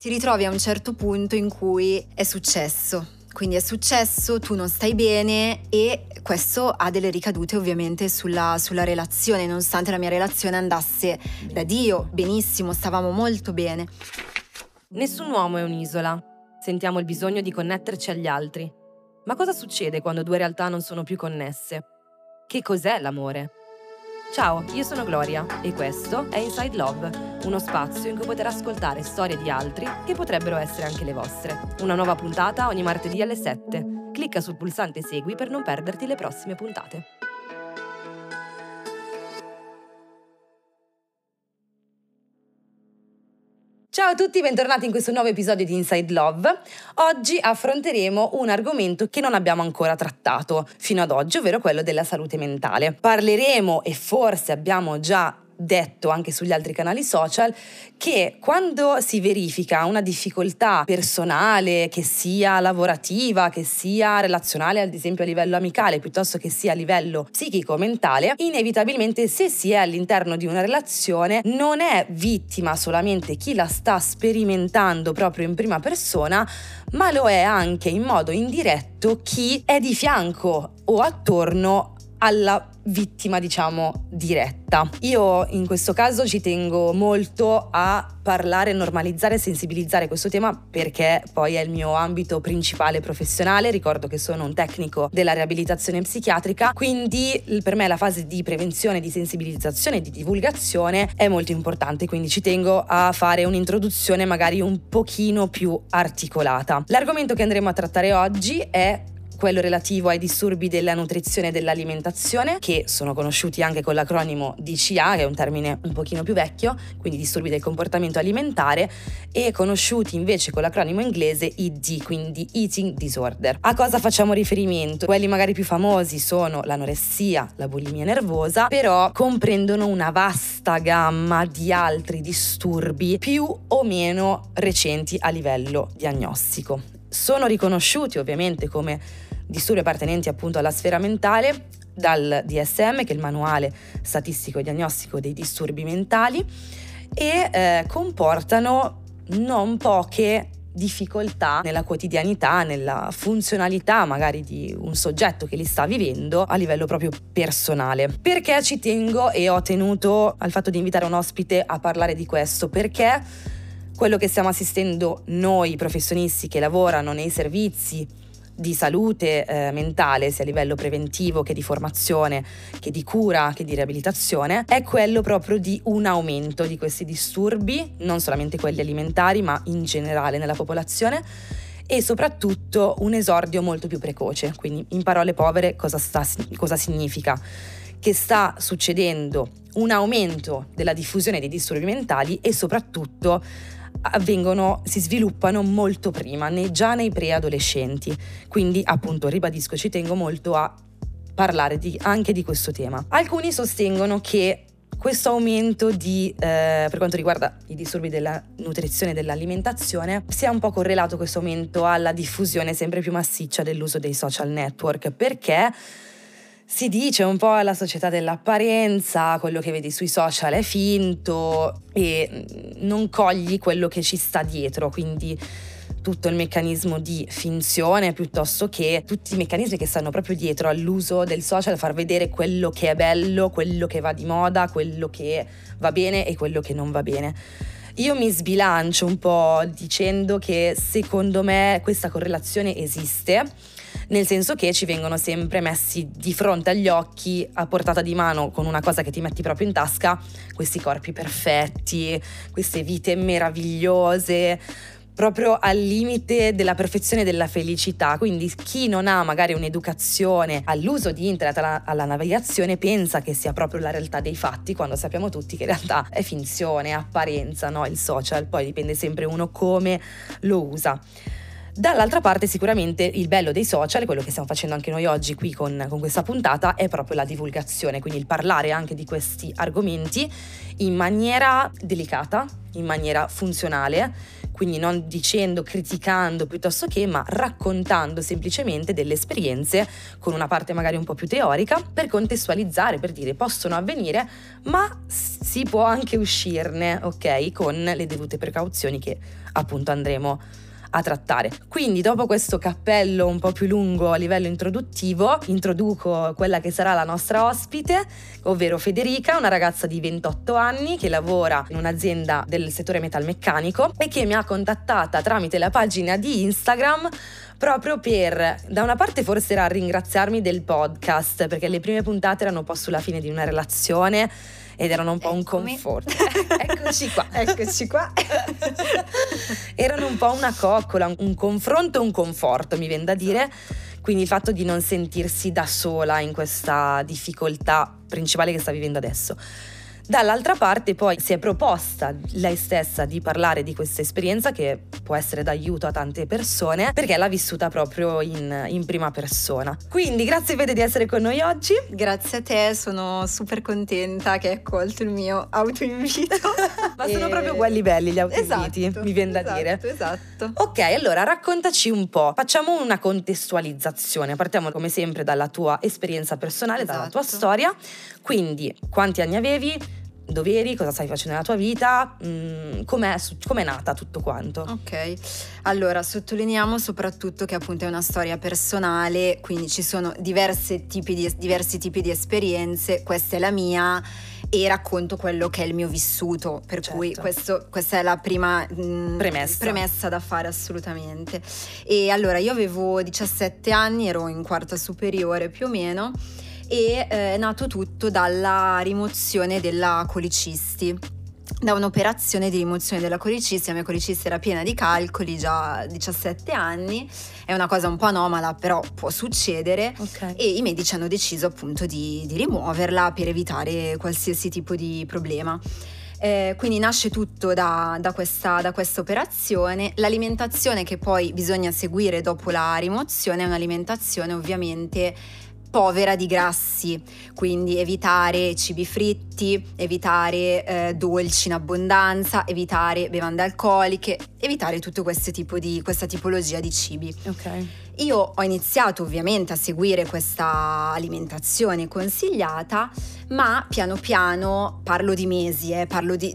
ti ritrovi a un certo punto in cui è successo. Quindi è successo, tu non stai bene e questo ha delle ricadute ovviamente sulla relazione, nonostante la mia relazione andasse da Dio, benissimo, stavamo molto bene. Nessun uomo è un'isola. Sentiamo il bisogno di connetterci agli altri. Ma cosa succede quando due realtà non sono più connesse? Che cos'è l'amore? Ciao, io sono Gloria e questo è Inside Love, uno spazio in cui poter ascoltare storie di altri che potrebbero essere anche le vostre. Una nuova puntata ogni martedì alle 7. Clicca sul pulsante Segui per non perderti le prossime puntate. Ciao a tutti, bentornati in questo nuovo episodio di Inside Love. Oggi affronteremo un argomento che non abbiamo ancora trattato fino ad oggi, ovvero quello della salute mentale. Parleremo, e forse abbiamo già detto anche sugli altri canali social, che quando si verifica una difficoltà personale, che sia lavorativa, che sia relazionale ad esempio a livello amicale, piuttosto che sia a livello psichico-mentale, inevitabilmente se si è all'interno di una relazione non è vittima solamente chi la sta sperimentando proprio in prima persona, ma lo è anche in modo indiretto chi è di fianco o attorno alla vittima, diciamo, diretta. Io in questo caso ci tengo molto a parlare, normalizzare e sensibilizzare questo tema perché poi è il mio ambito principale professionale. Ricordo che sono un tecnico della riabilitazione psichiatrica, quindi per me la fase di prevenzione, di sensibilizzazione e di divulgazione è molto importante, quindi ci tengo a fare un'introduzione magari un pochino più articolata. L'argomento che andremo a trattare oggi è quello relativo ai disturbi della nutrizione e dell'alimentazione, che sono conosciuti anche con l'acronimo DCA, che è un termine un pochino più vecchio, quindi disturbi del comportamento alimentare, e conosciuti invece con l'acronimo inglese ED, quindi Eating Disorder. A cosa facciamo riferimento? Quelli magari più famosi sono l'anoressia, la bulimia nervosa, però comprendono una vasta gamma di altri disturbi più o meno recenti a livello diagnostico. Sono riconosciuti ovviamente come disturbi appartenenti appunto alla sfera mentale dal DSM, che è il manuale statistico e diagnostico dei disturbi mentali, e comportano non poche difficoltà nella quotidianità, nella funzionalità magari di un soggetto che li sta vivendo a livello proprio personale. Perché ci tengo e ho tenuto al fatto di invitare un ospite a parlare di questo? Perché quello che stiamo assistendo noi professionisti che lavorano nei servizi di salute mentale, sia a livello preventivo che di formazione, che di cura, che di riabilitazione, è quello proprio di un aumento di questi disturbi, non solamente quelli alimentari, ma in generale nella popolazione, e soprattutto un esordio molto più precoce. Quindi, in parole povere, cosa significa? Che sta succedendo un aumento della diffusione dei disturbi mentali e soprattutto si sviluppano molto prima, già nei preadolescenti. Quindi appunto ribadisco, ci tengo molto a parlare anche di questo tema. Alcuni sostengono che questo aumento per quanto riguarda i disturbi della nutrizione e dell'alimentazione sia un po' correlato questo aumento alla diffusione sempre più massiccia dell'uso dei social network, perché si dice un po' alla società dell'apparenza, quello che vedi sui social è finto e non cogli quello che ci sta dietro, quindi tutto il meccanismo di finzione piuttosto che tutti i meccanismi che stanno proprio dietro all'uso del social, far vedere quello che è bello, quello che va di moda, quello che va bene e quello che non va bene. Io mi sbilancio un po' dicendo che secondo me questa correlazione esiste, nel senso che ci vengono sempre messi di fronte agli occhi, a portata di mano, con una cosa che ti metti proprio in tasca, questi corpi perfetti, queste vite meravigliose, proprio al limite della perfezione e della felicità. Quindi chi non ha magari un'educazione all'uso di internet, alla navigazione, pensa che sia proprio la realtà dei fatti, quando sappiamo tutti che in realtà è finzione, è apparenza, no? Il social, poi dipende sempre uno come lo usa. Dall'altra parte sicuramente il bello dei social, quello che stiamo facendo anche noi oggi qui con questa puntata, è proprio la divulgazione, quindi il parlare anche di questi argomenti in maniera delicata, in maniera funzionale, quindi non dicendo, criticando piuttosto che, ma raccontando semplicemente delle esperienze con una parte magari un po' più teorica, per contestualizzare, per dire possono avvenire, ma si può anche uscirne, ok? Con le dovute precauzioni che appunto andremo a trattare. Quindi dopo questo cappello un po' più lungo a livello introduttivo, introduco quella che sarà la nostra ospite, ovvero Federica, una ragazza di 28 anni che lavora in un'azienda del settore metalmeccanico e che mi ha contattata tramite la pagina di Instagram proprio per, da una parte forse era ringraziarmi del podcast, perché le prime puntate erano un po' sulla fine di una relazione ed erano un po' un conforto. Eccoci qua. Erano un po' una coccola, un confronto e un conforto, mi viene da dire. Quindi il fatto di non sentirsi da sola in questa difficoltà principale che sta vivendo adesso. Dall'altra parte poi si è proposta lei stessa di parlare di questa esperienza che può essere d'aiuto a tante persone, perché l'ha vissuta proprio in prima persona. Quindi grazie Fede di essere con noi oggi. Grazie a te, sono super contenta che hai accolto il mio autoinvito. Ma sono proprio quelli belli gli autoinviti, esatto, mi viene da dire. Esatto. Ok, allora raccontaci un po', facciamo una contestualizzazione, partiamo come sempre dalla tua esperienza personale, dalla tua storia. Quindi quanti anni avevi? Dove eri, cosa stai facendo nella tua vita, com'è nata tutto quanto? Ok, allora sottolineiamo soprattutto che appunto è una storia personale, quindi ci sono diversi tipi di esperienze, questa è la mia e racconto quello che è il mio vissuto, per cui questa è la prima premessa da fare assolutamente. E allora io avevo 17 anni, ero in quarta superiore più o meno, e è nato tutto dalla rimozione della colicisti, da un'operazione di rimozione della colicisti. La mia colicisti era piena di calcoli, già a 17 anni, è una cosa un po' anomala però può succedere, e i medici hanno deciso appunto di rimuoverla per evitare qualsiasi tipo di problema. Quindi nasce tutto da questa operazione. L'alimentazione che poi bisogna seguire dopo la rimozione è un'alimentazione ovviamente povera di grassi, quindi evitare cibi fritti, evitare dolci in abbondanza, evitare bevande alcoliche, evitare tutto questa tipologia di cibi. Io ho iniziato ovviamente a seguire questa alimentazione consigliata, ma piano piano, parlo di mesi, parlo di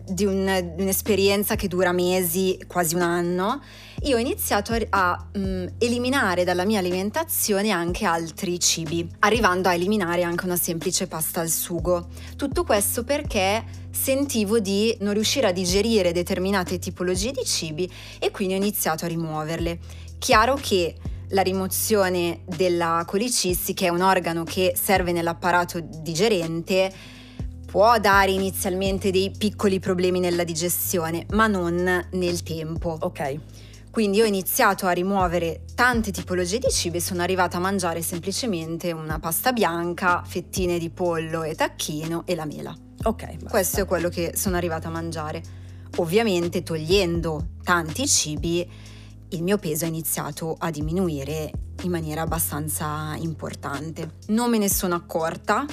un'esperienza che dura mesi, quasi un anno. Io ho iniziato a eliminare dalla mia alimentazione anche altri cibi, arrivando a eliminare anche una semplice pasta al sugo. Tutto questo perché sentivo di non riuscire a digerire determinate tipologie di cibi e quindi ho iniziato a rimuoverle. Chiaro che la rimozione della colicisti, che è un organo che serve nell'apparato digerente, può dare inizialmente dei piccoli problemi nella digestione, ma non nel tempo. Quindi ho iniziato a rimuovere tante tipologie di cibi e sono arrivata a mangiare semplicemente una pasta bianca, fettine di pollo e tacchino e la mela. Questo è quello che sono arrivata a mangiare. Ovviamente togliendo tanti cibi il mio peso ha iniziato a diminuire in maniera abbastanza importante. Non me ne sono accorta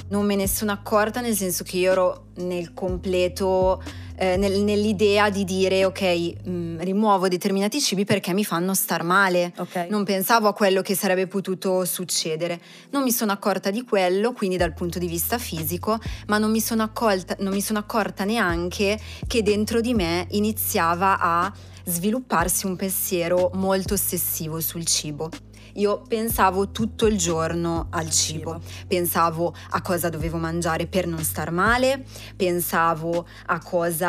nel senso che io ero nel completo nell'idea di dire rimuovo determinati cibi perché mi fanno star male. Non pensavo a quello che sarebbe potuto succedere. Non mi sono accorta di quello, quindi dal punto di vista fisico, ma non mi sono accorta neanche che dentro di me iniziava a svilupparsi un pensiero molto ossessivo sul cibo. Io pensavo tutto il giorno al cibo, pensavo a cosa dovevo mangiare per non star male, pensavo a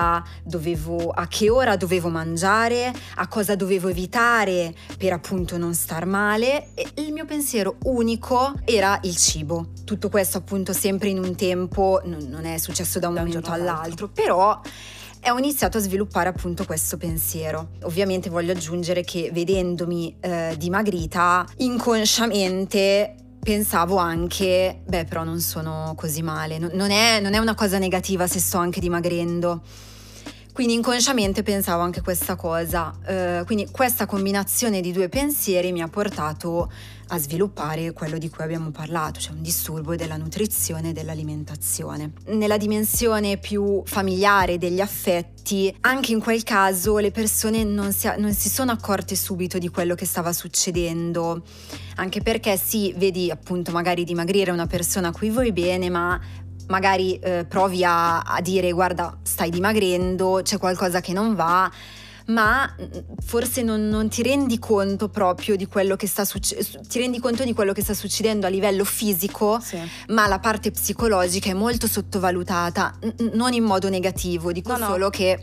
che ora dovevo mangiare, a cosa dovevo evitare per appunto non star male, e il mio pensiero unico era il cibo. Tutto questo appunto sempre in un tempo, non è successo da un momento all'altro, però ho iniziato a sviluppare appunto questo pensiero. Ovviamente voglio aggiungere che vedendomi dimagrita, inconsciamente pensavo anche, però non sono così male, non è una cosa negativa se sto anche dimagrendo. Quindi inconsciamente pensavo anche questa cosa, quindi questa combinazione di due pensieri mi ha portato a sviluppare quello di cui abbiamo parlato, cioè un disturbo della nutrizione e dell'alimentazione. Nella dimensione più familiare degli affetti, anche in quel caso le persone non si sono accorte subito di quello che stava succedendo, anche perché sì, vedi appunto magari dimagrire una persona a cui vuoi bene, ma magari provi a dire guarda stai dimagrendo, c'è qualcosa che non va, ma forse non ti rendi conto proprio di quello che sta succedendo, ti rendi conto di quello che sta succedendo a livello fisico, Sì. ma la parte psicologica è molto sottovalutata, non in modo negativo, dico solo che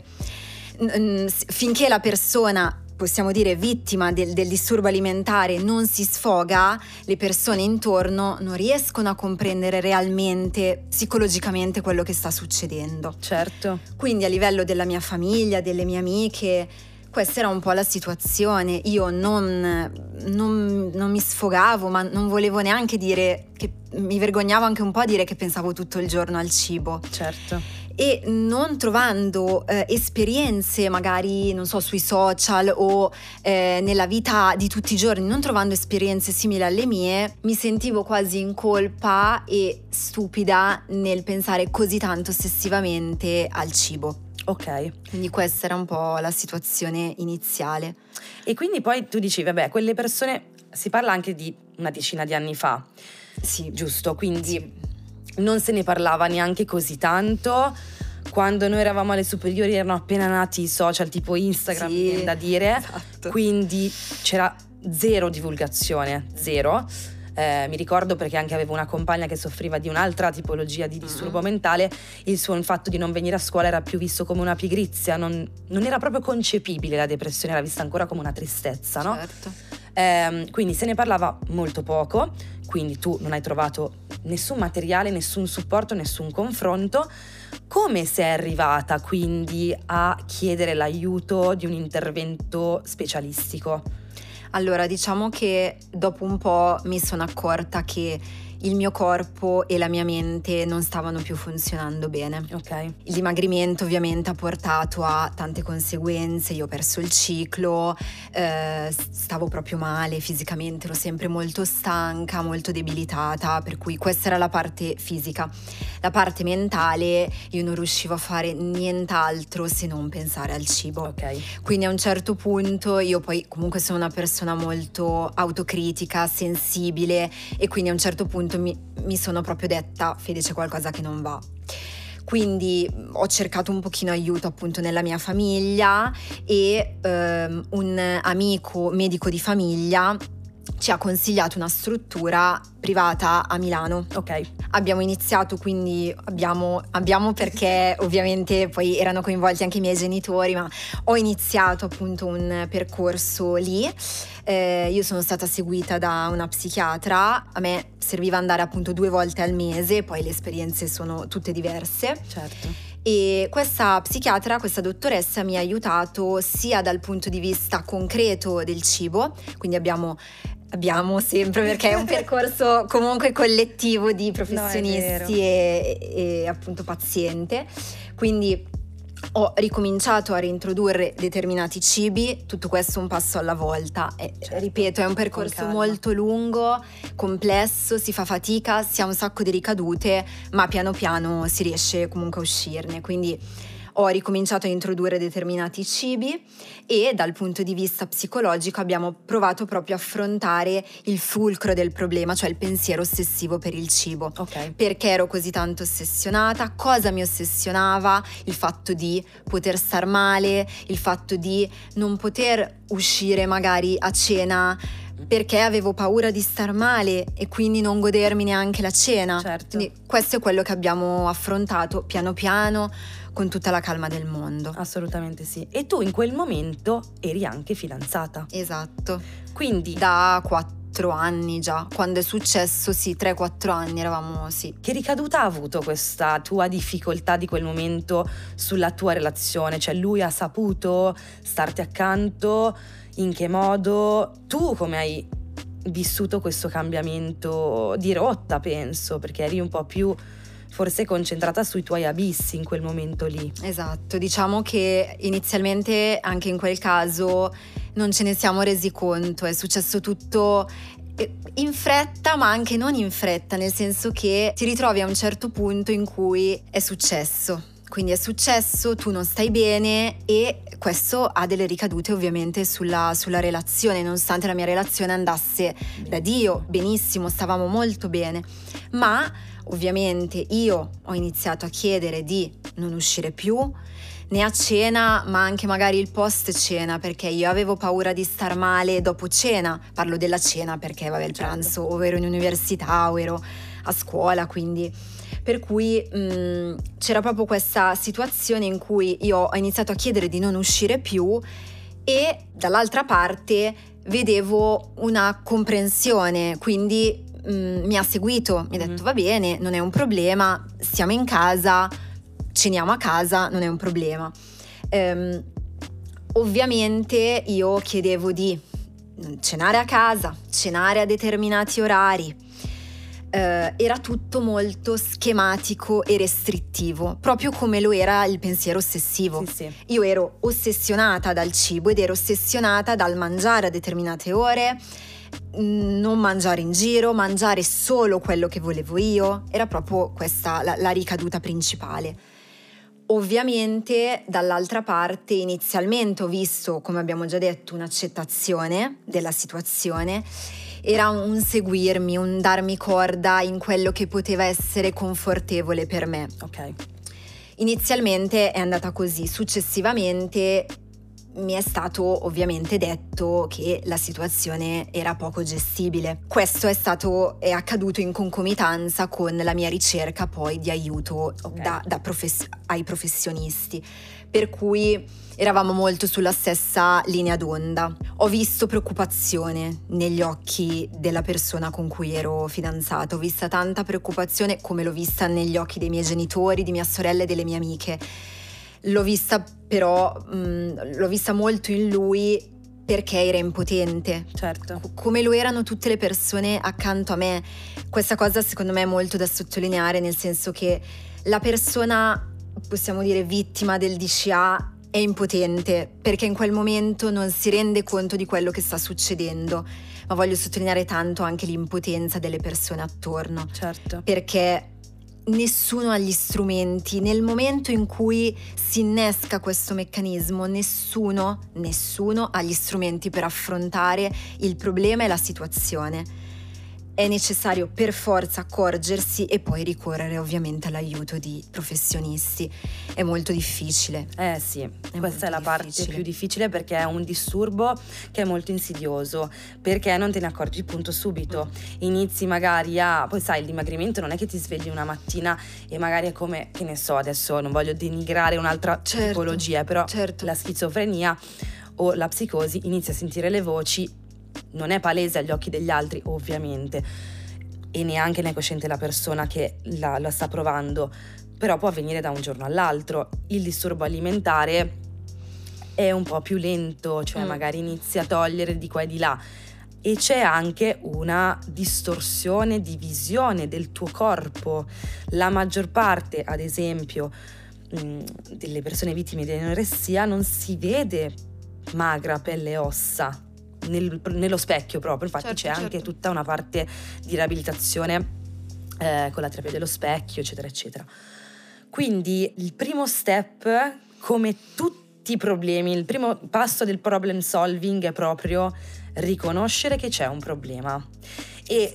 finché la persona, possiamo dire vittima del disturbo alimentare, non si sfoga, le persone intorno non riescono a comprendere realmente, psicologicamente quello che sta succedendo. Certo. Quindi a livello della mia famiglia, delle mie amiche, questa era un po' la situazione. Io non mi sfogavo, ma non volevo neanche dire, che mi vergognavo anche un po' a dire che pensavo tutto il giorno al cibo. Certo. E non trovando esperienze magari, non so, sui social o nella vita di tutti i giorni, non trovando esperienze simili alle mie, mi sentivo quasi in colpa e stupida nel pensare così tanto ossessivamente al cibo. Ok. Quindi questa era un po' la situazione iniziale. E quindi poi tu dici, vabbè, quelle persone, si parla anche di una decina di anni fa. Sì. Giusto, quindi Sì. non se ne parlava neanche così tanto. Quando noi eravamo alle superiori erano appena nati i social tipo Instagram, Sì, viene da dire, esatto. quindi c'era zero divulgazione, zero. Mi ricordo perché anche avevo una compagna che soffriva di un'altra tipologia di disturbo mentale, il fatto di non venire a scuola era più visto come una pigrizia, non era proprio concepibile, la depressione era vista ancora come una tristezza, no? Certo. Quindi se ne parlava molto poco, quindi tu non hai trovato nessun materiale, nessun supporto, nessun confronto. Come sei arrivata quindi a chiedere l'aiuto di un intervento specialistico? Allora, diciamo che dopo un po' mi sono accorta che il mio corpo e la mia mente non stavano più funzionando bene. Ok. Il dimagrimento ovviamente ha portato a tante conseguenze, io ho perso il ciclo, stavo proprio male fisicamente, ero sempre molto stanca, molto debilitata, per cui questa era la parte fisica. La parte mentale, io non riuscivo a fare nient'altro se non pensare al cibo. Ok. Quindi a un certo punto io poi comunque sono una persona molto autocritica, sensibile, e quindi a un certo punto mi sono proprio detta Fede, c'è qualcosa che non va. Quindi ho cercato un pochino aiuto appunto nella mia famiglia e un amico medico di famiglia ci ha consigliato una struttura privata a Milano. Ok. Abbiamo iniziato, quindi abbiamo perché ovviamente poi erano coinvolti anche i miei genitori, ma ho iniziato appunto un percorso lì. Io sono stata seguita da una psichiatra, a me serviva andare appunto 2 volte al mese, poi le esperienze sono tutte diverse. Certo. E questa psichiatra, questa dottoressa mi ha aiutato sia dal punto di vista concreto del cibo, quindi abbiamo sempre, perché è un percorso comunque collettivo di professionisti e appunto paziente, quindi ho ricominciato a reintrodurre determinati cibi, tutto questo un passo alla volta. Certo, ripeto, è un percorso molto lungo, complesso, si fa fatica, si ha un sacco di ricadute, ma piano piano si riesce comunque a uscirne, quindi ho ricominciato a introdurre determinati cibi e dal punto di vista psicologico abbiamo provato proprio a affrontare il fulcro del problema, cioè il pensiero ossessivo per il cibo. Ok. Perché ero così tanto ossessionata? Cosa mi ossessionava? Il fatto di poter star male, il fatto di non poter uscire magari a cena perché avevo paura di star male e quindi non godermi neanche la cena. Certo. Quindi questo è quello che abbiamo affrontato piano piano, con tutta la calma del mondo. Assolutamente sì. E tu in quel momento eri anche fidanzata. Esatto. Quindi Da 4 anni già. Quando è successo, sì, 3-4 anni eravamo, sì. che ricaduta ha avuto questa tua difficoltà di quel momento sulla tua relazione? Cioè lui ha saputo starti accanto? In che modo? Tu come hai vissuto questo cambiamento di rotta, penso, perché eri un po' più forse concentrata sui tuoi abissi in quel momento lì. Esatto, diciamo che inizialmente anche in quel caso non ce ne siamo resi conto, è successo tutto in fretta, ma anche non in fretta, nel senso che ti ritrovi a un certo punto in cui è successo. Quindi è successo, tu non stai bene e questo ha delle ricadute ovviamente sulla relazione, nonostante la mia relazione andasse da Dio benissimo, stavamo molto bene, ma ovviamente io ho iniziato a chiedere di non uscire più, né a cena, ma anche magari il post cena, perché io avevo paura di star male dopo cena. Parlo della cena perché il pranzo o ero in università o ero a scuola, quindi per cui c'era proprio questa situazione in cui io ho iniziato a chiedere di non uscire più e dall'altra parte vedevo una comprensione, quindi mi ha seguito, mi ha detto va bene, non è un problema, stiamo in casa, ceniamo a casa, non è un problema. Ovviamente io chiedevo di cenare a casa, cenare a determinati orari. Era tutto molto schematico e restrittivo, proprio come lo era il pensiero ossessivo. Sì. Io ero ossessionata dal cibo ed ero ossessionata dal mangiare a determinate ore, non mangiare in giro, mangiare solo quello che volevo io. Era proprio questa la ricaduta principale. Ovviamente dall'altra parte inizialmente ho visto, come abbiamo già detto, un'accettazione della situazione. Era un seguirmi, un darmi corda in quello che poteva essere confortevole per me. Ok. Inizialmente è andata così, successivamente mi è stato ovviamente detto che la situazione era poco gestibile. Questo è accaduto in concomitanza con la mia ricerca poi di aiuto ai professionisti, per cui eravamo molto sulla stessa linea d'onda. Ho visto preoccupazione negli occhi della persona con cui ero fidanzata, ho vista tanta preoccupazione come l'ho vista negli occhi dei miei genitori, di mia sorella e delle mie amiche. L'ho vista molto in lui perché era impotente. Certo. Come lo erano tutte le persone accanto a me. Questa cosa secondo me è molto da sottolineare, nel senso che la persona, possiamo dire vittima del DCA, è impotente perché in quel momento non si rende conto di quello che sta succedendo, ma voglio sottolineare tanto anche l'impotenza delle persone attorno. Certo. Perché nessuno ha gli strumenti. Nel momento in cui si innesca questo meccanismo, nessuno ha gli strumenti per affrontare il problema e la situazione. È necessario per forza accorgersi e poi ricorrere ovviamente all'aiuto di professionisti. È molto difficile. Sì, questa è la parte più difficile perché è un disturbo che è molto insidioso, perché non te ne accorgi punto subito. Inizi magari poi sai, il dimagrimento non è che ti svegli una mattina e magari è come, che ne so, adesso non voglio denigrare un'altra tipologia, però la schizofrenia o la psicosi, inizi a sentire le voci. Non è palese agli occhi degli altri, ovviamente, e neanche ne è cosciente la persona che la sta provando, però può avvenire da un giorno all'altro. Il disturbo alimentare è un po' più lento, cioè magari inizi a togliere di qua e di là, e c'è anche una distorsione di visione del tuo corpo. La maggior parte, ad esempio, delle persone vittime di anoressia non si vede magra, pelle e ossa nello specchio proprio, infatti c'è anche tutta una parte di riabilitazione con la terapia dello specchio, eccetera eccetera. Quindi il primo step, come tutti i problemi, il primo passo del problem solving è proprio riconoscere che c'è un problema. E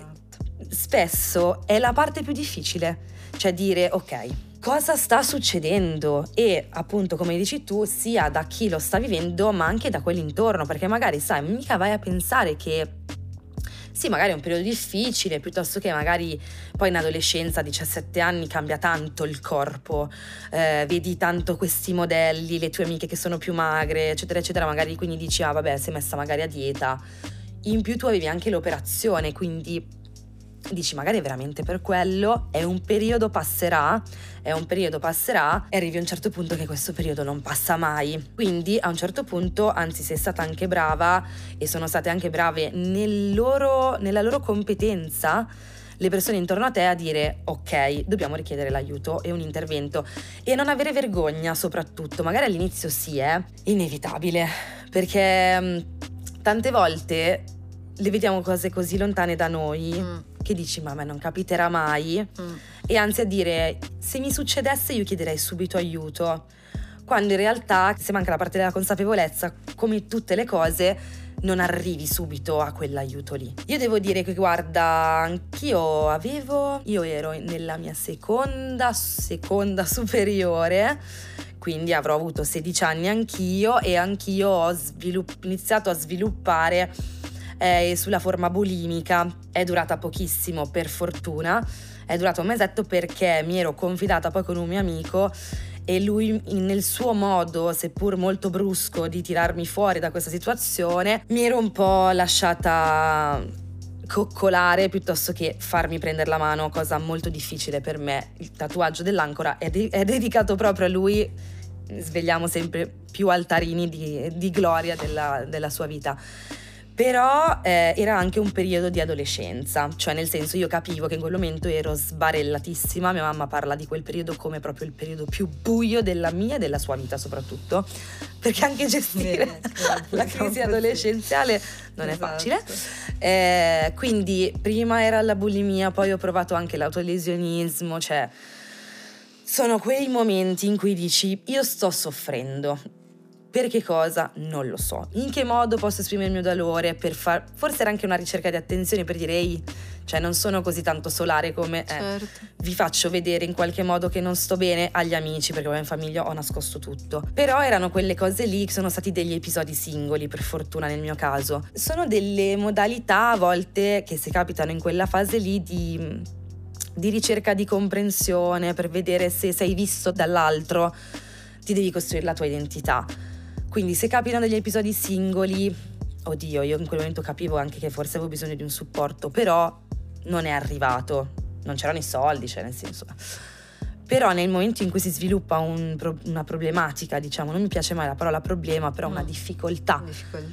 spesso è la parte più difficile, cioè dire ok, cosa sta succedendo? E appunto, come dici tu, sia da chi lo sta vivendo ma anche da quelli intorno, perché magari sai, mica vai a pensare che sì, magari è un periodo difficile, piuttosto che magari poi in adolescenza, a 17 anni, cambia tanto il corpo, vedi tanto questi modelli, le tue amiche che sono più magre, eccetera eccetera, magari quindi dici vabbè, sei messa magari a dieta. In più tu avevi anche l'operazione, quindi dici magari è veramente per quello, è un periodo passerà e arrivi a un certo punto che questo periodo non passa mai. Quindi a un certo punto, anzi, sei stata anche brava e sono state anche brave nella loro competenza le persone intorno a te a dire ok, dobbiamo richiedere l'aiuto e un intervento, e non avere vergogna soprattutto. Magari all'inizio sì, è inevitabile, perché tante volte le vediamo cose così lontane da noi che dici ma a me non capiterà mai, e anzi a dire se mi succedesse io chiederei subito aiuto, quando in realtà se manca la parte della consapevolezza, come tutte le cose, non arrivi subito a quell'aiuto lì. Io devo dire che guarda, io ero nella mia seconda superiore, quindi avrò avuto 16 anni anch'io, e anch'io ho iniziato a sviluppare sulla forma bulimica. È durata pochissimo, per fortuna, è durato un mesetto, perché mi ero confidata poi con un mio amico e lui nel suo modo, seppur molto brusco, di tirarmi fuori da questa situazione, mi ero un po' lasciata coccolare piuttosto che farmi prendere la mano, cosa molto difficile per me. Il tatuaggio dell'ancora è dedicato proprio a lui, svegliamo sempre più altarini di gloria della sua vita. Però era anche un periodo di adolescenza, cioè nel senso io capivo che in quel momento ero sbarellatissima. Mia mamma parla di quel periodo come proprio il periodo più buio della mia e della sua vita soprattutto, perché anche gestire la crisi adolescenziale non è facile. Quindi prima era la bulimia, poi ho provato anche l'autolesionismo, cioè sono quei momenti in cui dici io sto soffrendo. Per che cosa? Non lo so. In che modo posso esprimere il mio dolore? Forse era anche una ricerca di attenzione, per dire ehi, cioè non sono così tanto solare come certo. Vi faccio vedere in qualche modo che non sto bene agli amici, perché in famiglia ho nascosto tutto. Però erano quelle cose lì che sono stati degli episodi singoli, per fortuna nel mio caso. Sono delle modalità a volte che si capitano in quella fase lì di ricerca di comprensione, per vedere se sei visto dall'altro, ti devi costruire la tua identità. Quindi se capitano degli episodi singoli, oddio, io in quel momento capivo anche che forse avevo bisogno di un supporto, però non è arrivato, non c'erano i soldi, cioè nel senso. Però nel momento in cui si sviluppa una problematica, diciamo, non mi piace mai la parola problema, però una difficoltà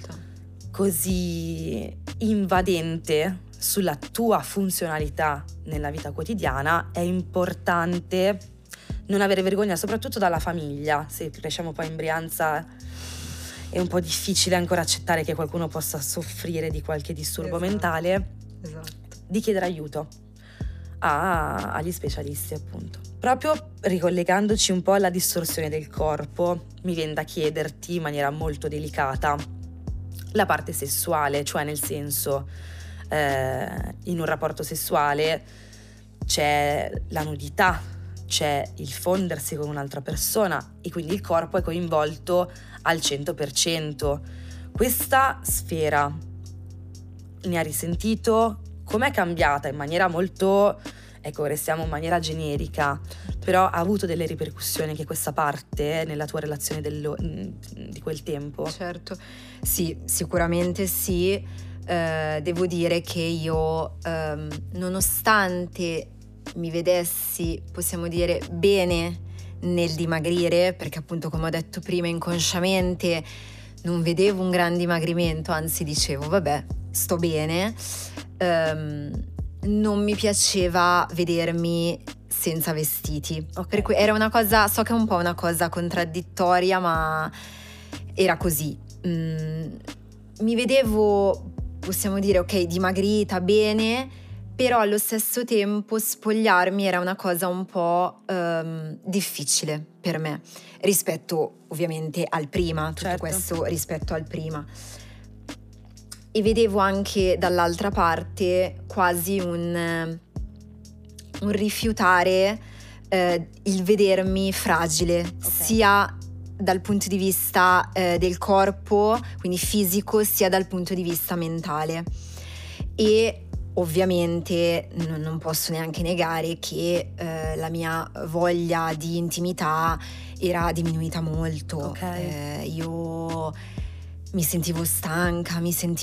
così invadente sulla tua funzionalità nella vita quotidiana, è importante non avere vergogna, soprattutto dalla famiglia. Se cresciamo poi in Brianza è un po' difficile ancora accettare che qualcuno possa soffrire di qualche disturbo mentale, di chiedere aiuto agli specialisti, appunto. Proprio ricollegandoci un po' alla distorsione del corpo, mi viene da chiederti in maniera molto delicata la parte sessuale, cioè nel senso in un rapporto sessuale c'è la nudità, c'è il fondersi con un'altra persona e quindi il corpo è coinvolto al 100%. Questa sfera ne ha risentito? Com'è cambiata in maniera molto, restiamo in maniera generica, però ha avuto delle ripercussioni anche questa parte nella tua relazione di quel tempo? Certo, sì, sicuramente sì. Devo dire che io, nonostante mi vedessi, possiamo dire, bene nel dimagrire, perché appunto, come ho detto prima, inconsciamente non vedevo un gran dimagrimento, anzi dicevo vabbè, sto bene, non mi piaceva vedermi senza vestiti. Per cui era una cosa, so che è un po' una cosa contraddittoria, ma era così. Mi vedevo, possiamo dire, ok, dimagrita, bene, però allo stesso tempo spogliarmi era una cosa un po' difficile per me, rispetto ovviamente al prima, tutto questo rispetto al prima. E vedevo anche dall'altra parte quasi un rifiutare il vedermi fragile, sia dal punto di vista del corpo, quindi fisico, sia dal punto di vista mentale. E ovviamente non posso neanche negare che la mia voglia di intimità era diminuita molto. Io mi sentivo stanca,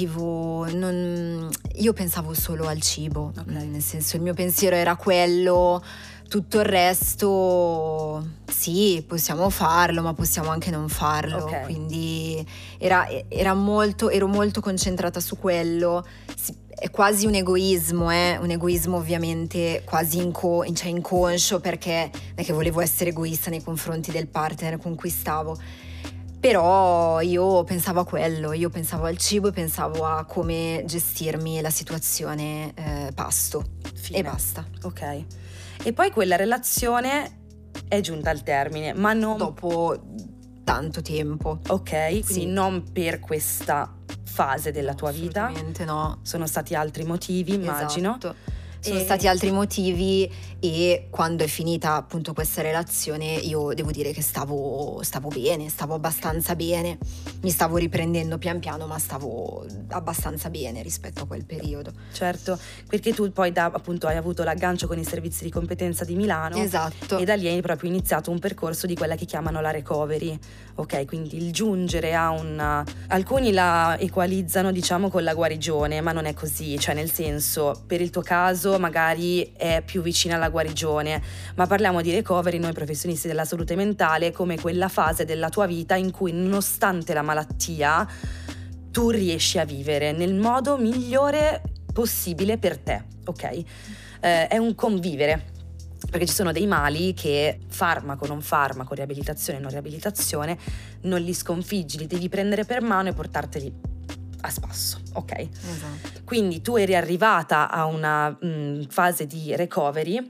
io pensavo solo al cibo, nel senso il mio pensiero era quello, tutto il resto sì, possiamo farlo, ma possiamo anche non farlo, quindi ero molto concentrata su quello. è quasi un egoismo ovviamente quasi inconscio, perché non è che volevo essere egoista nei confronti del partner con cui stavo, però io pensavo a quello, io pensavo al cibo e pensavo a come gestirmi la situazione pasto. Fine. E basta. Ok. E poi quella relazione è giunta al termine, ma non dopo tanto tempo. Ok, quindi sì. Non per questa fase della tua vita. Assolutamente no. Sono stati altri motivi, immagino. Esatto. Sono stati altri motivi, e quando è finita appunto questa relazione io devo dire che stavo bene, stavo abbastanza bene, mi stavo riprendendo pian piano, ma stavo abbastanza bene rispetto a quel periodo. Certo, perché tu poi appunto hai avuto l'aggancio con i servizi di competenza di Milano. Esatto. E da lì hai proprio iniziato un percorso di quella che chiamano la recovery, ok? Quindi il giungere a alcuni la equalizzano diciamo con la guarigione, ma non è così, cioè nel senso, per il tuo caso magari è più vicina alla guarigione, ma parliamo di recovery noi professionisti della salute mentale come quella fase della tua vita in cui nonostante la malattia tu riesci a vivere nel modo migliore possibile per te, ok? È un convivere, perché ci sono dei mali che farmaco, non farmaco, riabilitazione, non riabilitazione, non li sconfiggi, li devi prendere per mano e portarteli a spasso, ok? Esatto. Quindi tu eri arrivata a una fase di recovery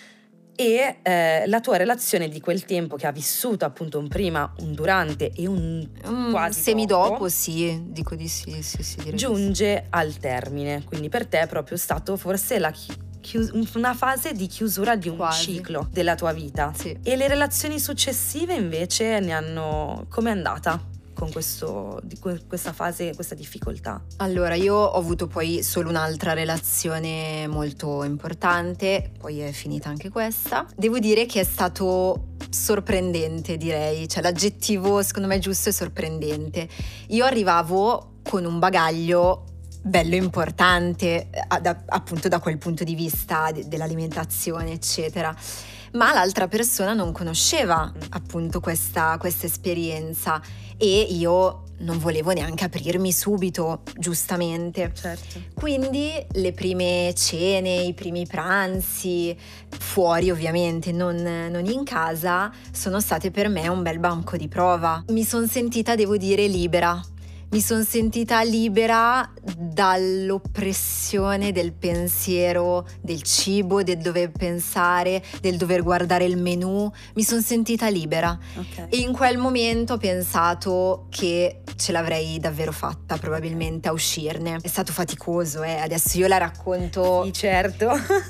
e la tua relazione di quel tempo che ha vissuto appunto un prima, un durante e un quasi semidopo, sì, dico di sì, direi giunge al termine. Quindi per te è proprio stato forse una fase di chiusura di un quasi ciclo della tua vita. Sì. E le relazioni successive invece com'è andata con questa fase, questa difficoltà? Allora, io ho avuto poi solo un'altra relazione molto importante, poi è finita anche questa. Devo dire che è stato sorprendente, direi, cioè l'aggettivo secondo me giusto è sorprendente. Io arrivavo con un bagaglio bello importante, appunto da quel punto di vista dell'alimentazione, eccetera. Ma l'altra persona non conosceva appunto questa esperienza e io non volevo neanche aprirmi subito, giustamente. Certo. Quindi le prime cene, i primi pranzi, fuori ovviamente, non in casa, sono state per me un bel banco di prova. Mi sono sentita, devo dire, libera. Mi sono sentita libera dall'oppressione del pensiero, del cibo, del dover pensare, del dover guardare il menù. Mi sono sentita libera. Okay. E in quel momento ho pensato che ce l'avrei davvero fatta probabilmente a uscirne. È stato faticoso, adesso io la racconto Sì, certo.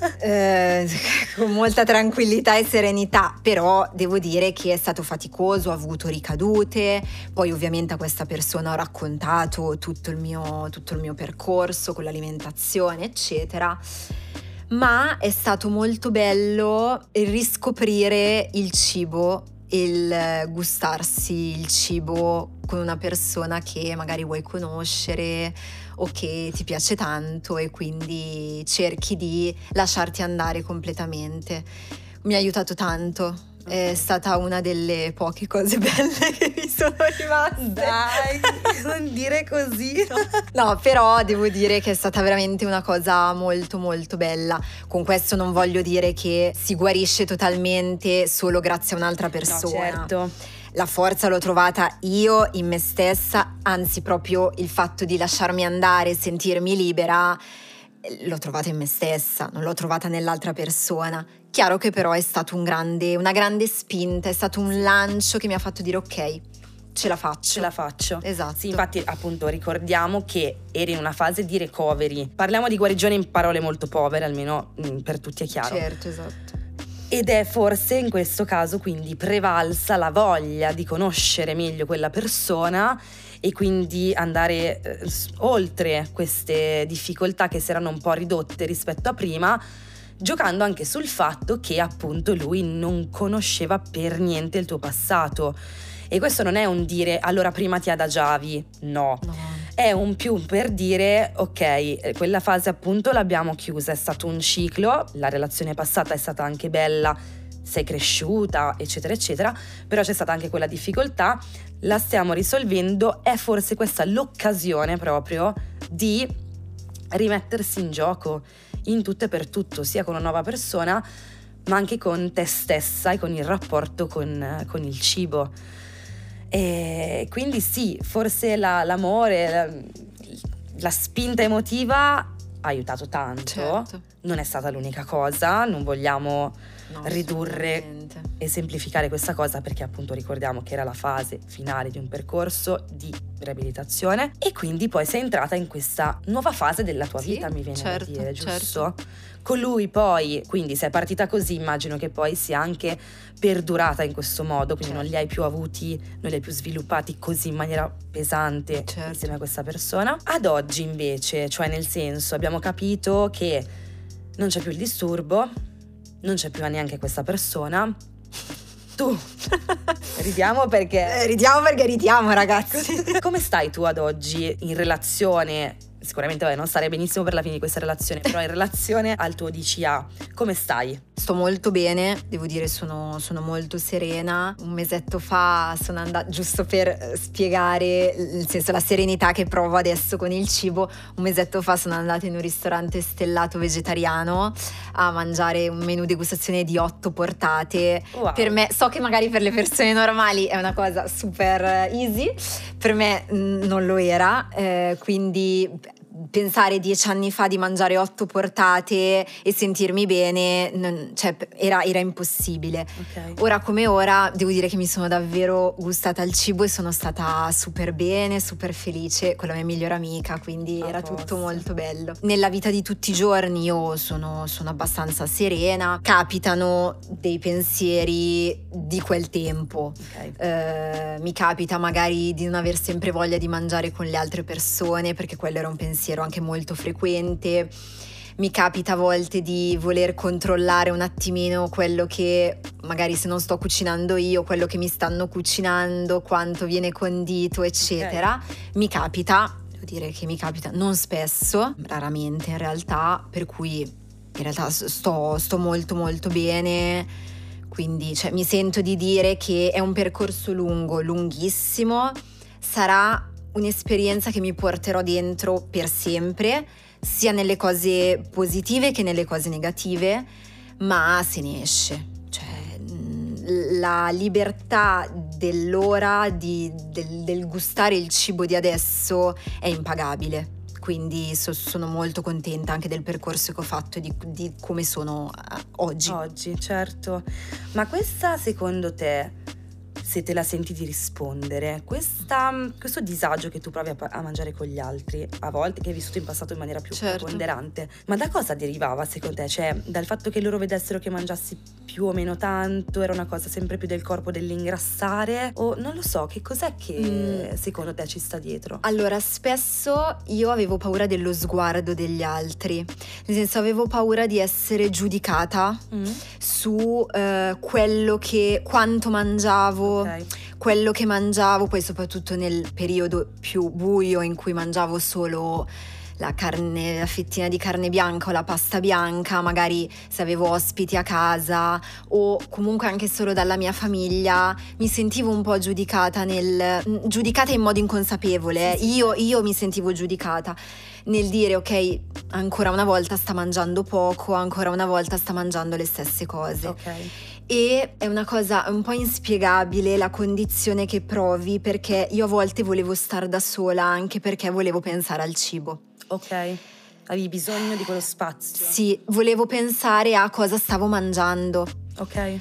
con molta tranquillità e serenità, però devo dire che è stato faticoso, ho avuto ricadute, poi ovviamente a questa persona ho raccontato tutto il mio percorso con l'alimentazione, eccetera. Ma è stato molto bello il riscoprire il cibo, il gustarsi il cibo con una persona che magari vuoi conoscere o che ti piace tanto e quindi cerchi di lasciarti andare completamente. Mi ha aiutato tanto. È stata una delle poche cose belle che mi sono rimaste. Dai, non dire così. No, però devo dire che è stata veramente una cosa molto molto bella. Con questo non voglio dire che si guarisce totalmente solo grazie a un'altra persona. No, certo. La forza l'ho trovata io in me stessa, anzi proprio il fatto di lasciarmi andare, sentirmi libera, l'ho trovata in me stessa, non l'ho trovata nell'altra persona. Chiaro che però è stato una grande spinta, è stato un lancio che mi ha fatto dire ok, ce la faccio. Esatto. Sì, infatti appunto ricordiamo che eri in una fase di recovery. Parliamo di guarigione in parole molto povere, almeno per tutti è chiaro. Certo, esatto. Ed è forse in questo caso quindi prevalsa la voglia di conoscere meglio quella persona e quindi andare oltre queste difficoltà che si erano un po' ridotte rispetto a prima, giocando anche sul fatto che appunto lui non conosceva per niente il tuo passato. E questo non è un dire allora prima ti adagiavi, no. È un più per dire ok, quella fase appunto l'abbiamo chiusa, è stato un ciclo, la relazione passata è stata anche bella, sei cresciuta eccetera eccetera, però c'è stata anche quella difficoltà, la stiamo risolvendo, è forse questa l'occasione proprio di rimettersi in gioco in tutto e per tutto, sia con una nuova persona ma anche con te stessa e con il rapporto con il cibo. E quindi sì, forse l'amore, la spinta emotiva ha aiutato tanto. Certo. Non è stata l'unica cosa, non vogliamo ridurre assolutamente. e semplificare questa cosa, perché appunto ricordiamo che era la fase finale di un percorso di riabilitazione e quindi poi sei entrata in questa nuova fase della tua Sì, vita, mi viene certo, da dire, giusto? certo. Con lui poi, quindi sei partita così, immagino che poi sia anche perdurata in questo modo, quindi non li hai più avuti, non li hai più sviluppati così in maniera pesante Certo. insieme a questa persona. Ad oggi invece, cioè nel senso, abbiamo capito che non c'è più il disturbo, non c'è più neanche questa persona. Tu ridiamo perché ridiamo, ragazzi. come stai tu ad oggi in relazione? Sicuramente non stare benissimo per la fine di questa relazione, però in relazione al tuo DCA, come stai? Sto molto bene, devo dire sono molto serena. Un mesetto fa sono andata, giusto per spiegare nel senso la serenità che provo adesso con il cibo, un mesetto fa sono andata in un ristorante stellato vegetariano a mangiare un menù degustazione di 8 portate. Wow. Per me, so che magari per le persone normali è una cosa super easy, per me non lo era, quindi pensare 10 anni fa di mangiare 8 portate e sentirmi bene, era impossibile. Okay. Ora come ora devo dire che mi sono davvero gustata il cibo e sono stata super bene, super felice con la mia migliore amica, quindi era tutto molto bello. Nella vita di tutti i giorni io sono abbastanza serena, capitano dei pensieri di quel tempo. Okay. Mi capita magari di non aver sempre voglia di mangiare con le altre persone, perché quello era un pensiero anche molto frequente. Mi capita a volte di voler controllare un attimino quello che magari, se non sto cucinando io, quello che mi stanno cucinando, quanto viene condito, eccetera. Okay. Mi capita, devo dire che mi capita non spesso, raramente in realtà, per cui in realtà sto molto molto bene. Quindi mi sento di dire che è un percorso lunghissimo, sarà un'esperienza che mi porterò dentro per sempre, sia nelle cose positive che nelle cose negative, ma se ne esce. La libertà dell'ora, del gustare il cibo di adesso è impagabile. Quindi sono molto contenta anche del percorso che ho fatto e di come sono oggi. Oggi, certo. Ma questa, secondo te, se te la senti di rispondere, questo disagio che tu provi a mangiare con gli altri, a volte che hai vissuto in passato in maniera più preponderante, ma da cosa derivava secondo te? Cioè, dal fatto che loro vedessero che mangiassi più o meno tanto, era una cosa sempre più del corpo, dell'ingrassare, o non lo so, che cos'è che secondo te ci sta dietro? Allora, spesso io avevo paura dello sguardo degli altri, nel senso avevo paura di essere giudicata su quanto mangiavo, Okay. quello che mangiavo, poi soprattutto nel periodo più buio in cui mangiavo solo la fettina di carne bianca o la pasta bianca, magari se avevo ospiti a casa o comunque anche solo dalla mia famiglia, mi sentivo un po' giudicata in modo inconsapevole. Sì. Io mi sentivo giudicata nel dire ok, ancora una volta sta mangiando poco, ancora una volta sta mangiando le stesse cose. Okay. E è una cosa un po' inspiegabile la condizione che provi, perché io a volte volevo star da sola anche perché volevo pensare al cibo. Ok, avevi bisogno di quello spazio. Sì, volevo pensare a cosa stavo mangiando. Ok.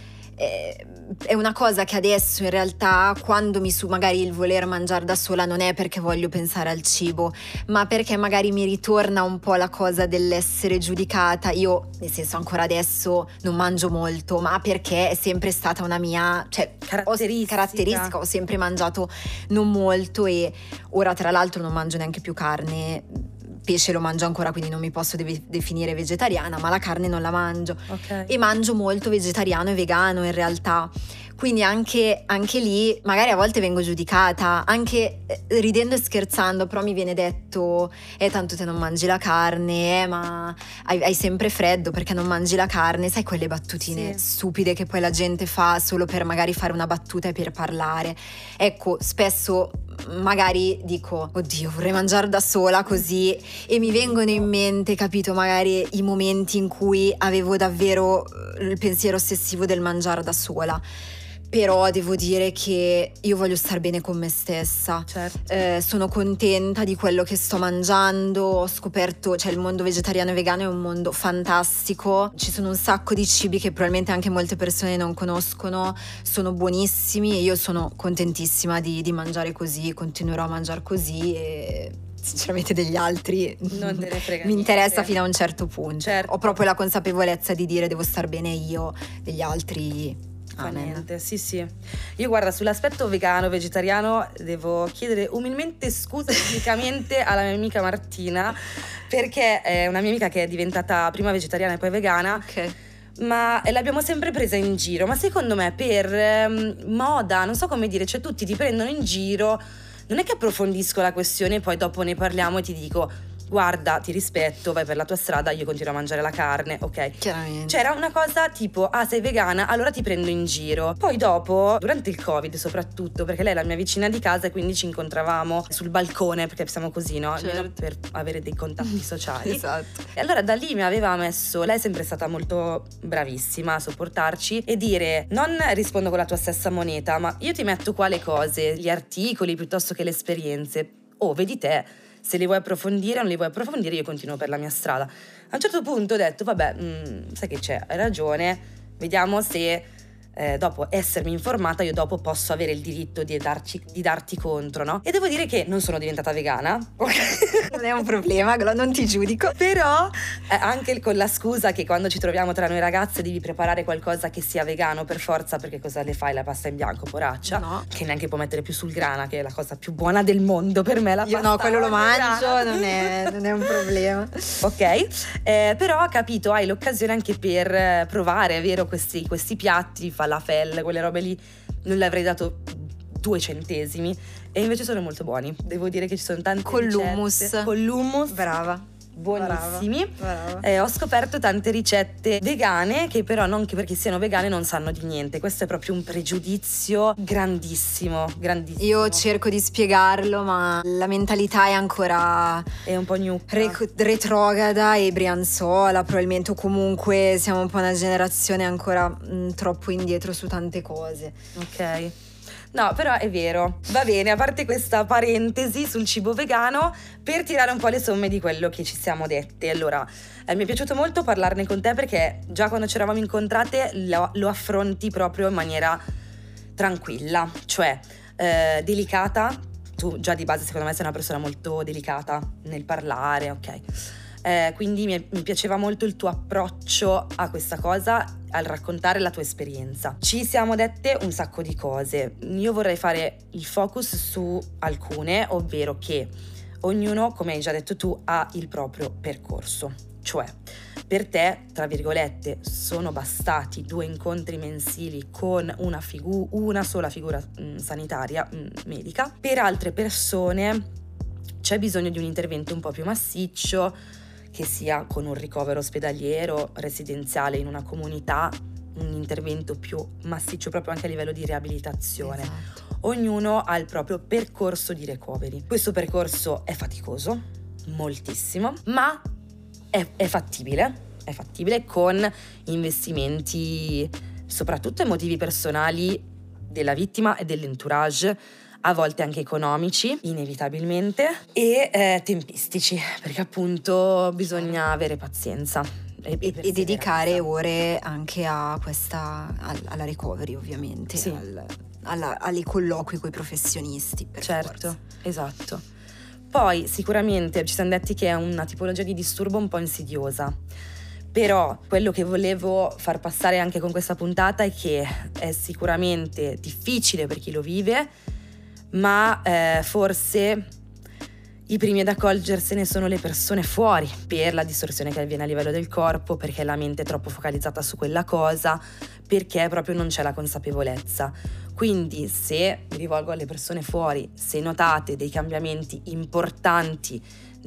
È una cosa che adesso in realtà, quando magari il voler mangiare da sola, non è perché voglio pensare al cibo, ma perché magari mi ritorna un po' la cosa dell'essere giudicata. Io, nel senso, ancora adesso non mangio molto, ma perché è sempre stata una mia caratteristica. Ho sempre mangiato non molto e ora tra l'altro non mangio neanche più carne. Pesce lo mangio ancora, quindi non mi posso definire vegetariana, ma la carne non la mangio. Okay. E mangio molto vegetariano e vegano in realtà. Quindi anche lì magari a volte vengo giudicata, anche ridendo e scherzando, però mi viene detto tanto te non mangi la carne, ma hai sempre freddo perché non mangi la carne, sai, quelle battutine stupide che poi la gente fa solo per magari fare una battuta e per parlare. Ecco, spesso magari dico oddio, vorrei mangiare da sola così, e mi vengono in mente, capito, magari i momenti in cui avevo davvero il pensiero ossessivo del mangiare da sola. Però devo dire che io voglio star bene con me stessa. Certo. Sono contenta di quello che sto mangiando. Ho scoperto, cioè il mondo vegetariano e vegano è un mondo fantastico. Ci sono un sacco di cibi che probabilmente anche molte persone non conoscono. Sono buonissimi e io sono contentissima di mangiare così. Continuerò a mangiare così e sinceramente degli altri non te ne frega mi interessa niente. fino a un certo punto. Certo. Ho proprio la consapevolezza di dire devo star bene io, degli altri Fa amen. niente, sì. Io guarda, sull'aspetto vegano, vegetariano, devo chiedere umilmente scusa pubblicamente alla mia amica Martina, perché è una mia amica che è diventata prima vegetariana e poi vegana. Ok. Ma l'abbiamo sempre presa in giro, ma secondo me per moda, non so come dire, cioè tutti ti prendono in giro, non è che approfondisco la questione e poi dopo ne parliamo e ti dico guarda, ti rispetto, vai per la tua strada, io continuo a mangiare la carne, ok? Chiaramente. C'era una cosa tipo, sei vegana, allora ti prendo in giro. Poi dopo, durante il Covid soprattutto, perché lei è la mia vicina di casa e quindi ci incontravamo sul balcone, perché siamo così, no? Certo. Almeno per avere dei contatti sociali. Esatto. E allora da lì mi aveva messo, lei è sempre stata molto bravissima a sopportarci e dire non rispondo con la tua stessa moneta, ma io ti metto qua le cose, gli articoli piuttosto che le esperienze. Vedi te, se li vuoi approfondire o non li vuoi approfondire, io continuo per la mia strada. A un certo punto ho detto vabbè, sai che c'è, hai ragione, vediamo se dopo essermi informata io dopo posso avere il diritto di darti contro, no? E devo dire che non sono diventata vegana, ok? Non è un problema, non ti giudico. Però anche con la scusa che quando ci troviamo tra noi ragazze devi preparare qualcosa che sia vegano per forza, perché cosa le fai? La pasta in bianco, poraccia, No. che neanche può mettere più sul grana, che è la cosa più buona del mondo per me, la Io pasta no, quello lo mangio, grana. non è un problema. Ok, però ho capito, hai l'occasione anche per provare, è vero, questi piatti, falafel, quelle robe lì, non le avrei dato 2 centesimi e invece sono molto buoni. Devo dire che ci sono tante Con ricette. l'hummus. Con l'hummus. Brava. Buonissimi. Brava. Ho scoperto tante ricette vegane che però non che perché siano vegane non sanno di niente. Questo è proprio un pregiudizio grandissimo. Io cerco di spiegarlo, ma la mentalità è ancora è un po' gnucca. retrograda e brianzola probabilmente, o comunque siamo un po' una generazione ancora troppo indietro su tante cose. Ok. No, però è vero. Va bene, a parte questa parentesi sul cibo vegano, per tirare un po' le somme di quello che ci siamo dette. Allora, mi è piaciuto molto parlarne con te perché già quando ci eravamo incontrate lo affronti proprio in maniera tranquilla, cioè delicata. Tu già di base secondo me sei una persona molto delicata nel parlare, ok? Quindi mi piaceva molto il tuo approccio a questa cosa, al raccontare la tua esperienza. Ci siamo dette un sacco di cose. Io vorrei fare il focus su alcune, ovvero che ognuno, come hai già detto tu, ha il proprio percorso. Cioè, per te, tra virgolette, sono bastati 2 incontri mensili con una sola figura sanitaria, medica. Per altre persone c'è bisogno di un intervento un po' più massiccio, che sia con un ricovero ospedaliero, residenziale in una comunità, un intervento più massiccio proprio anche a livello di riabilitazione. Esatto. Ognuno ha il proprio percorso di recovery. Questo percorso è faticoso, moltissimo, ma è fattibile con investimenti soprattutto emotivi personali della vittima e dell'entourage, a volte anche economici, inevitabilmente, e tempistici, perché appunto bisogna avere pazienza e dedicare ore anche a alla recovery, ovviamente, sì. ai colloqui con i professionisti. Certo, forza. esatto. Poi sicuramente ci siamo detti che è una tipologia di disturbo un po' insidiosa. Però quello che volevo far passare anche con questa puntata è che è sicuramente difficile per chi lo vive, ma forse I primi ad accorgersene sono le persone fuori, per la distorsione che avviene a livello del corpo, perché la mente è troppo focalizzata su quella cosa, perché proprio non c'è la consapevolezza. Quindi se mi rivolgo alle persone fuori, se notate dei cambiamenti importanti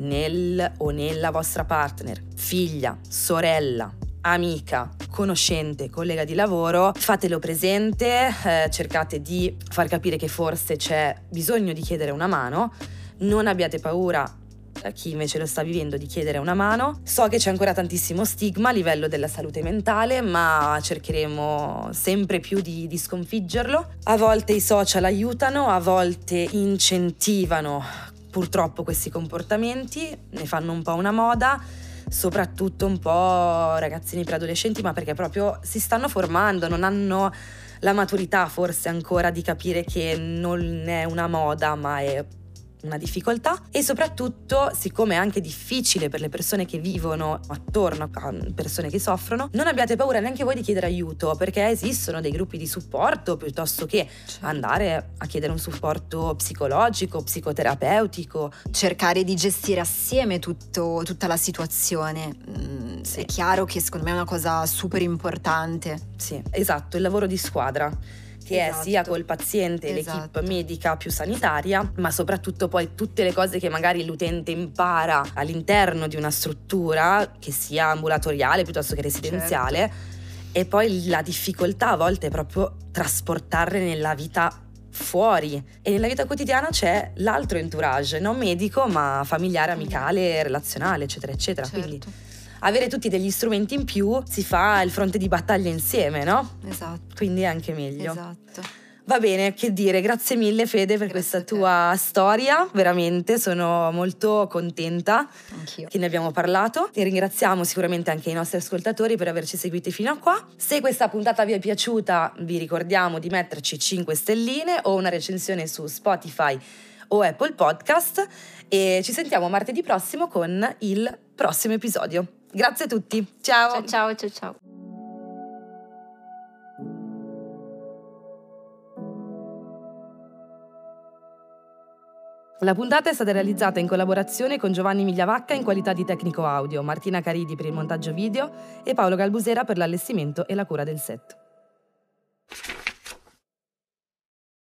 nel o nella vostra partner, figlia, sorella, amica, conoscente, collega di lavoro, fatelo presente, cercate di far capire che forse c'è bisogno di chiedere una mano. Non abbiate paura, a chi invece lo sta vivendo, di chiedere una mano. So che c'è ancora tantissimo stigma a livello della salute mentale, ma cercheremo sempre più di sconfiggerlo. A volte i social aiutano, a volte incentivano purtroppo questi comportamenti, ne fanno un po' una moda, soprattutto un po' ragazzini preadolescenti, ma perché proprio si stanno formando, non hanno la maturità forse ancora di capire che non è una moda, ma è una difficoltà. E soprattutto, siccome è anche difficile per le persone che vivono attorno a persone che soffrono, non abbiate paura neanche voi di chiedere aiuto, perché esistono dei gruppi di supporto, piuttosto che andare a chiedere un supporto psicologico, psicoterapeutico. Cercare di gestire assieme tutta la situazione. Sì. È chiaro che secondo me è una cosa super importante. Sì, esatto, il lavoro di squadra, che è sia col paziente, l'equipe medica più sanitaria, ma soprattutto poi tutte le cose che magari l'utente impara all'interno di una struttura, che sia ambulatoriale piuttosto che residenziale, e poi la difficoltà a volte è proprio trasportarle nella vita fuori. E nella vita quotidiana c'è l'altro entourage, non medico ma familiare, amicale, relazionale, eccetera, eccetera. Quindi avere tutti degli strumenti in più si fa il fronte di battaglia insieme, no? Esatto. Quindi è anche meglio. Esatto. Va bene, che dire, grazie mille Fede per questa tua storia, veramente sono molto contenta. Anch'io. Che ne abbiamo parlato. E ringraziamo sicuramente anche i nostri ascoltatori per averci seguiti fino a qua. Se questa puntata vi è piaciuta, vi ricordiamo di metterci 5 stelline o una recensione su Spotify o Apple Podcast, e ci sentiamo martedì prossimo con il prossimo episodio. Grazie a tutti, ciao. Ciao. Ciao. La puntata è stata realizzata in collaborazione con Giovanni Migliavacca in qualità di tecnico audio, Martina Caridi per il montaggio video e Paolo Galbusera per l'allestimento e la cura del set.